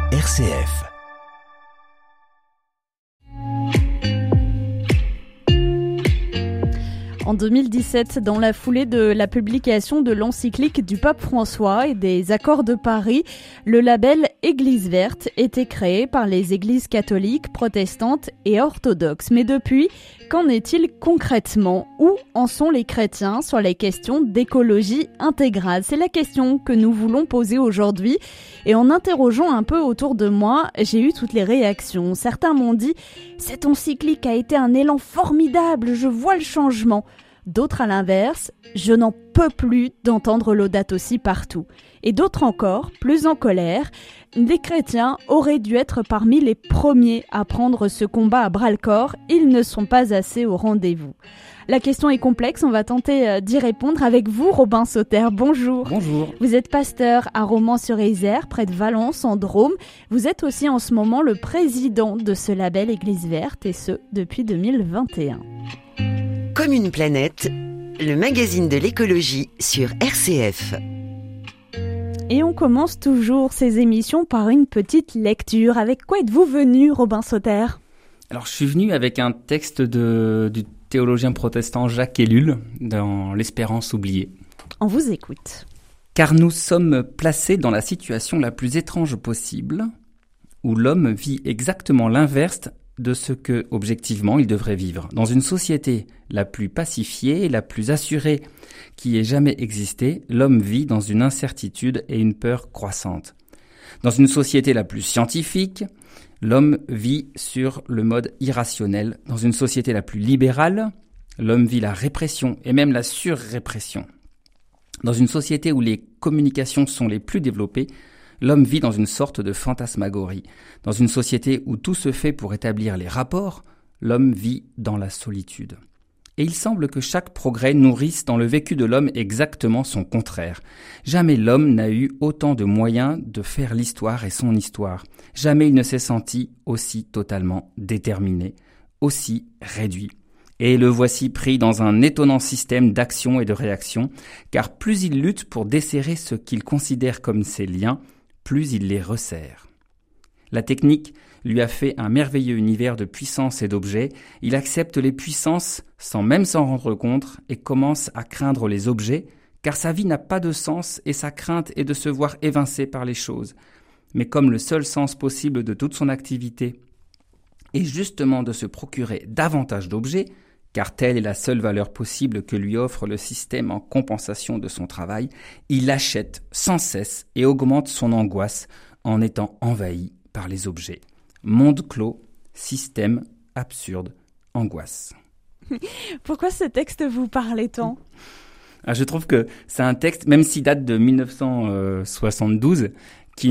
RCF. En 2017, dans la foulée de la publication de l'encyclique du pape François et des accords de Paris, le label Église verte était créé par les églises catholiques, protestantes et orthodoxes. Mais depuis, qu'en est-il concrètement? Où en sont les chrétiens sur les questions d'écologie intégrale? C'est la question que nous voulons poser aujourd'hui. Et en interrogeant un peu autour de moi, j'ai eu toutes les réactions. Certains m'ont dit « Cette encyclique a été un élan formidable, je vois le changement ». D'autres à l'inverse, je n'en peux plus d'entendre Laudato Si partout. Et d'autres encore, plus en colère, les chrétiens auraient dû être parmi les premiers à prendre ce combat à bras-le-corps, ils ne sont pas assez au rendez-vous. La question est complexe, on va tenter d'y répondre avec vous, Robin Sauter. Bonjour. Bonjour. Vous êtes pasteur à Romans-sur-Isère, près de Valence, en Drôme. Vous êtes aussi en ce moment le président de ce label Église verte, et ce, depuis 2021. Comme une planète, le magazine de l'écologie sur RCF. Et on commence toujours ces émissions par une petite lecture. Avec quoi êtes-vous venu, Robin Sauter ? Alors, je suis venu avec un texte du théologien protestant Jacques Ellul dans L'Espérance oubliée. On vous écoute. Car nous sommes placés dans la situation la plus étrange possible, où l'homme vit exactement l'inverse de ce que, objectivement, il devrait vivre. Dans une société la plus pacifiée et la plus assurée qui ait jamais existé, l'homme vit dans une incertitude et une peur croissante. Dans une société la plus scientifique, l'homme vit sur le mode irrationnel. Dans une société la plus libérale, l'homme vit la répression et même la surrépression. Dans une société où les communications sont les plus développées, l'homme vit dans une sorte de fantasmagorie. Dans une société où tout se fait pour établir les rapports, l'homme vit dans la solitude. Et il semble que chaque progrès nourrisse dans le vécu de l'homme exactement son contraire. Jamais l'homme n'a eu autant de moyens de faire l'histoire et son histoire. Jamais il ne s'est senti aussi totalement déterminé, aussi réduit. Et le voici pris dans un étonnant système d'action et de réaction, car plus il lutte pour desserrer ce qu'il considère comme ses liens, plus il les resserre. La technique lui a fait un merveilleux univers de puissance et d'objets. Il accepte les puissances sans même s'en rendre compte et commence à craindre les objets, car sa vie n'a pas de sens et sa crainte est de se voir évincé par les choses. Mais comme le seul sens possible de toute son activité est justement de se procurer davantage d'objets, car telle est la seule valeur possible que lui offre le système en compensation de son travail, il achète sans cesse et augmente son angoisse en étant envahi par les objets. Monde clos, système absurde, angoisse. Pourquoi ce texte vous parlait tant ? Je trouve que c'est un texte, même s'il date de 1972, qui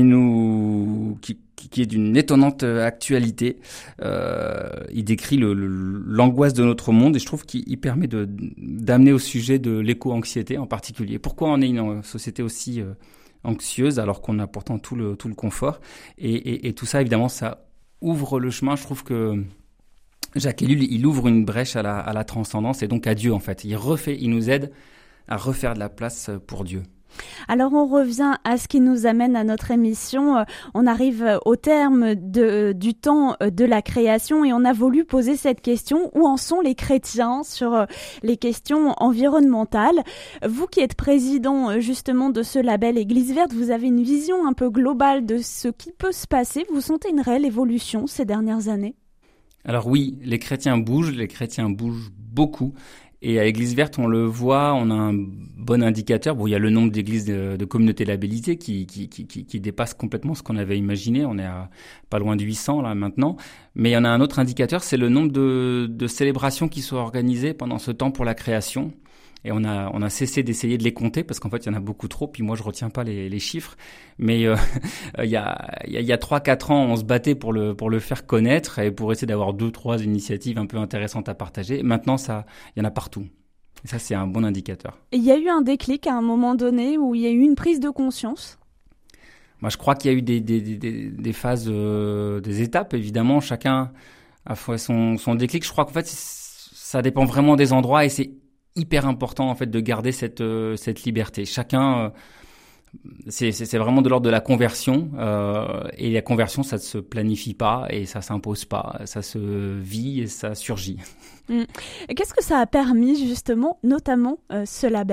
est d'une étonnante actualité. Il décrit l'angoisse de notre monde et je trouve qu'il permet d'amener au sujet de l'éco-anxiété en particulier. Pourquoi on est une société aussi anxieuse alors qu'on a pourtant tout le confort et tout ça, évidemment, ça ouvre le chemin. Je trouve que Jacques Ellul, il ouvre une brèche à la transcendance et donc à Dieu en fait. Il nous aide à refaire de la place pour Dieu. Alors on revient à ce qui nous amène à notre émission. On arrive au terme du temps de la création et on a voulu poser cette question: où en sont les chrétiens sur les questions environnementales? Vous qui êtes président justement de ce label Église verte, vous avez une vision un peu globale de ce qui peut se passer. Vous sentez une réelle évolution ces dernières années? Alors oui, les chrétiens bougent beaucoup. Et à l'Église verte, on le voit, on a un bon indicateur. Bon, il y a le nombre d'églises de communautés labellisées qui dépasse complètement ce qu'on avait imaginé. On est à pas loin de 800 là maintenant. Mais il y en a un autre indicateur, c'est le nombre de célébrations qui sont organisées pendant ce temps pour la création. Et on a cessé d'essayer de les compter parce qu'en fait, il y en a beaucoup trop. Puis moi, je retiens pas les chiffres. Mais il y a 3-4 ans, on se battait pour le faire connaître et pour essayer d'avoir 2-3 initiatives un peu intéressantes à partager. Maintenant, il y en a partout. Et ça, c'est un bon indicateur. Il y a eu un déclic à un moment donné où il y a eu une prise de conscience? Moi, je crois qu'il y a eu des phases, des étapes. Évidemment, chacun a fait son déclic. Je crois qu'en fait, ça dépend vraiment des endroits et c'est hyper important en fait de garder cette liberté. Chacun c'est vraiment de l'ordre de la conversion. Et la conversion, ça ne se planifie pas et ça s'impose pas. Ça se vit et ça surgit. Et qu'est-ce que ça a permis justement, notamment ce label ?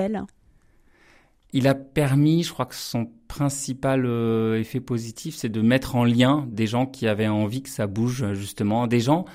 Il a permis, je crois que son principal effet positif, c'est de mettre en lien des gens qui avaient envie que ça bouge, justement. Des gens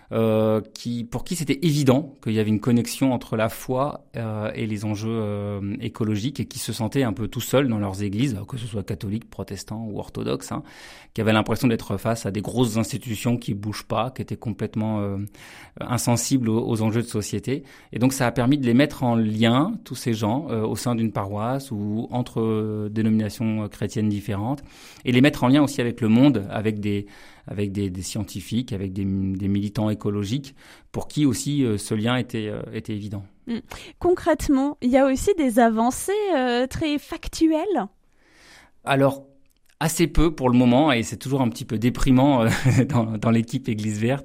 pour qui c'était évident qu'il y avait une connexion entre la foi et les enjeux écologiques et qui se sentaient un peu tout seuls dans leurs églises, que ce soit catholiques, protestants ou orthodoxes, qui avaient l'impression d'être face à des grosses institutions qui bougent pas, qui étaient complètement insensibles aux enjeux de société. Et donc ça a permis de les mettre en lien, tous ces gens, au sein d'une paroisse ou entre dénominations chrétiennes différentes, et les mettre en lien aussi avec le monde, avec des scientifiques, avec des militants écologiques, pour qui aussi ce lien était évident. Concrètement, il y a aussi des avancées très factuelles ? Alors, assez peu pour le moment, et c'est toujours un petit peu déprimant dans l'équipe Église Verte.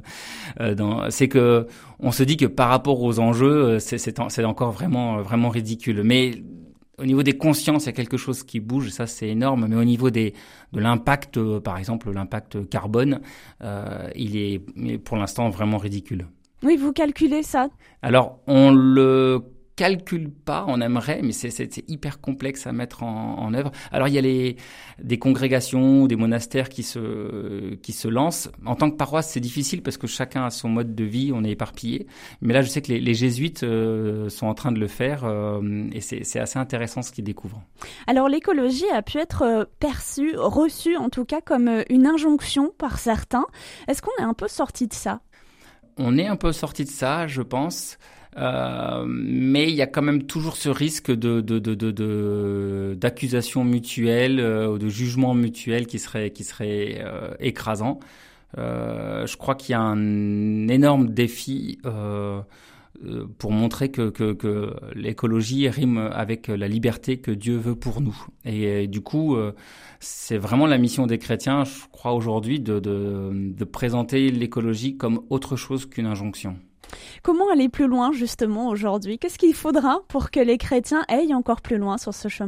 C'est que on se dit que par rapport aux enjeux, c'est encore vraiment ridicule. Mais au niveau des consciences, il y a quelque chose qui bouge, ça c'est énorme, mais au niveau de l'impact, par exemple l'impact carbone, il est pour l'instant vraiment ridicule. Oui, vous calculez ça ? Alors, on le calcule pas, on aimerait, mais c'est hyper complexe à mettre en œuvre. Alors, il y a des congrégations ou des monastères qui se lancent. En tant que paroisse, c'est difficile parce que chacun a son mode de vie, on est éparpillé. Mais là, je sais que les jésuites sont en train de le faire et c'est assez intéressant ce qu'ils découvrent. Alors, l'écologie a pu être reçue en tout cas comme une injonction par certains. Est-ce qu'on est un peu sorti de ça ? On est un peu sorti de ça, je pense. Mais il y a quand même toujours ce risque d'accusation mutuelle, de jugement mutuel qui serait écrasant. Je crois qu'il y a un énorme défi pour montrer que l'écologie rime avec la liberté que Dieu veut pour nous. Et du coup, c'est vraiment la mission des chrétiens, je crois aujourd'hui, de présenter l'écologie comme autre chose qu'une injonction. Comment aller plus loin justement aujourd'hui ? Qu'est-ce qu'il faudra pour que les chrétiens aillent encore plus loin sur ce chemin-là ?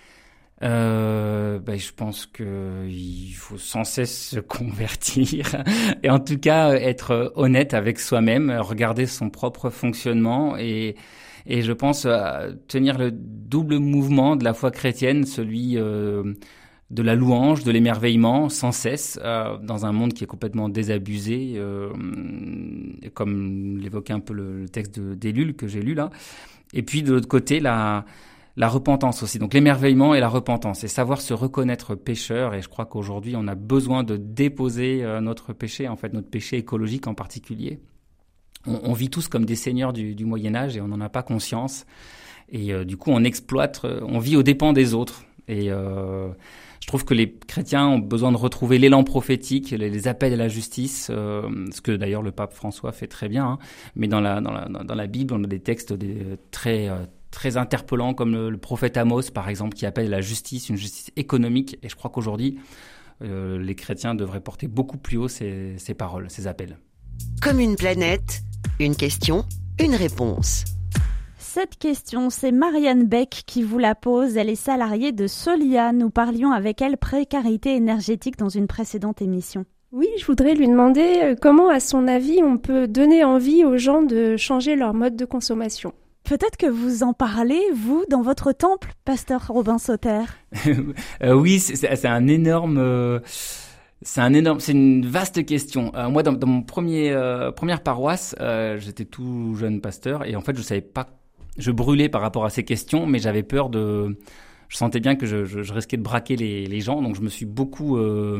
Je pense qu'il faut sans cesse se convertir et en tout cas être honnête avec soi-même, regarder son propre fonctionnement et je pense tenir le double mouvement de la foi chrétienne, celui de la louange, de l'émerveillement, sans cesse, dans un monde qui est complètement désabusé, comme l'évoquait un peu le texte d'Ellul que j'ai lu là. Et puis de l'autre côté, la repentance aussi. Donc l'émerveillement et la repentance, et savoir se reconnaître pécheur. Et je crois qu'aujourd'hui, on a besoin de déposer notre péché, en fait notre péché écologique en particulier. On vit tous comme des seigneurs du Moyen-Âge et on n'en a pas conscience. Et du coup, on vit aux dépens des autres. Et je trouve que les chrétiens ont besoin de retrouver l'élan prophétique, les appels à la justice, ce que d'ailleurs le pape François fait très bien. Mais dans la Bible, on a des textes très interpellants, comme le prophète Amos, par exemple, qui appelle à la justice, une justice économique. Et je crois qu'aujourd'hui, les chrétiens devraient porter beaucoup plus haut ces paroles, ces appels. Comme une planète, une question, une réponse. Cette question, c'est Marianne Beck qui vous la pose. Elle est salariée de Solia. Nous parlions avec elle précarité énergétique dans une précédente émission. Oui, je voudrais lui demander comment, à son avis, on peut donner envie aux gens de changer leur mode de consommation. Peut-être que vous en parlez, vous, dans votre temple, pasteur Robin Sauter. Oui, c'est un énorme... c'est une vaste question. Moi, dans mon première paroisse, j'étais tout jeune pasteur et en fait, je savais pas. Je brûlais par rapport à ces questions, mais j'avais peur je sentais bien que je risquais de braquer les gens, donc je me suis beaucoup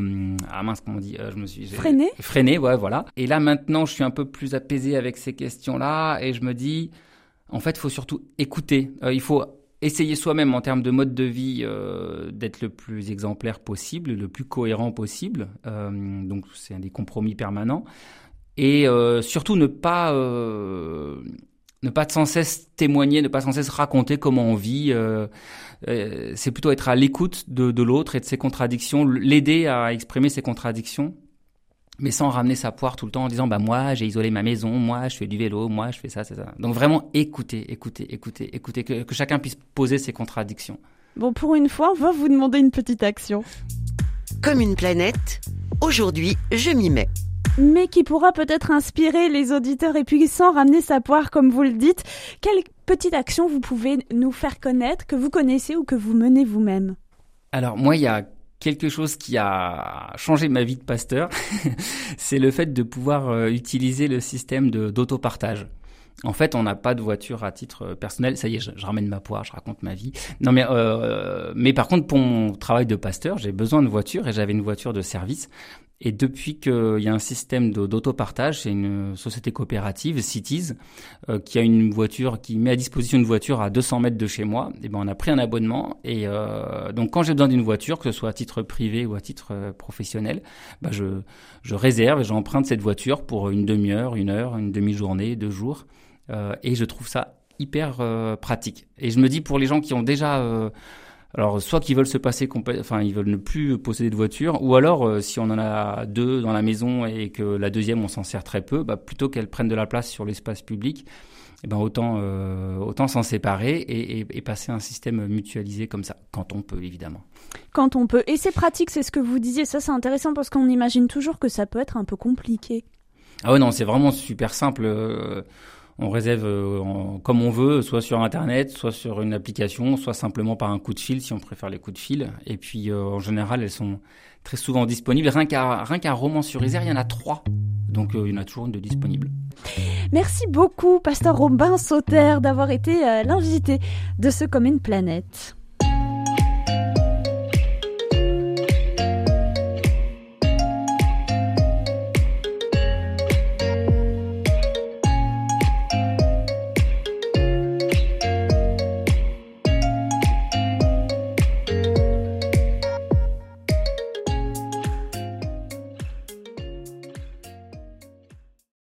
freiné, ouais, voilà. Et là maintenant, je suis un peu plus apaisé avec ces questions-là et je me dis, en fait, il faut surtout écouter. Il faut essayer soi-même en termes de mode de vie d'être le plus exemplaire possible, le plus cohérent possible. Donc c'est un des compromis permanents. Et surtout ne pas sans cesse témoigner, ne pas sans cesse raconter comment on vit. C'est plutôt être à l'écoute de l'autre et de ses contradictions, l'aider à exprimer ses contradictions, mais sans ramener sa poire tout le temps en disant moi j'ai isolé ma maison, moi je fais du vélo, moi je fais ça, c'est ça. Donc vraiment écouter, que chacun puisse poser ses contradictions. Bon, pour une fois, on va vous demander une petite action. Comme une planète, aujourd'hui, je m'y mets. Mais qui pourra peut-être inspirer les auditeurs et puis sans ramener sa poire, comme vous le dites. Quelle petite action vous pouvez nous faire connaître, que vous connaissez ou que vous menez vous-même ? Alors moi, il y a quelque chose qui a changé ma vie de pasteur, c'est le fait de pouvoir utiliser le système d'autopartage. En fait, on n'a pas de voiture à titre personnel. Ça y est, je ramène ma poire, je raconte ma vie. Non, mais par contre, pour mon travail de pasteur, j'ai besoin de voiture et j'avais une voiture de service. Et depuis qu'il y a un système d'autopartage, c'est une société coopérative, Cities, qui a une voiture, qui met à disposition une voiture à 200 mètres de chez moi. Et ben, on a pris un abonnement. Et donc, quand j'ai besoin d'une voiture, que ce soit à titre privé ou à titre professionnel, ben, je réserve et j'emprunte cette voiture pour une demi-heure, une heure, une demi-journée, 2 jours. Et je trouve ça hyper pratique. Et je me dis, pour les gens qui ont déjà... alors, soit qu'ils veulent se passer, ils veulent ne plus posséder de voiture, ou alors, si on en a 2 dans la maison et que la deuxième, on s'en sert très peu, bah, plutôt qu'elle prenne de la place sur l'espace public, eh ben, autant s'en séparer et passer à un système mutualisé comme ça, quand on peut, évidemment. Quand on peut. Et c'est pratique, c'est ce que vous disiez. Ça, c'est intéressant parce qu'on imagine toujours que ça peut être un peu compliqué. Ah ouais, non, c'est vraiment super simple. On réserve comme on veut, soit sur Internet, soit sur une application, soit simplement par un coup de fil, si on préfère les coups de fil. Et puis, en général, elles sont très souvent disponibles. Rien qu'à Romans-sur-Isère, il y en a 3. Donc, il y en a toujours une de disponible. Merci beaucoup, pasteur Robin Sauter, d'avoir été l'invité de ce Comme une planète.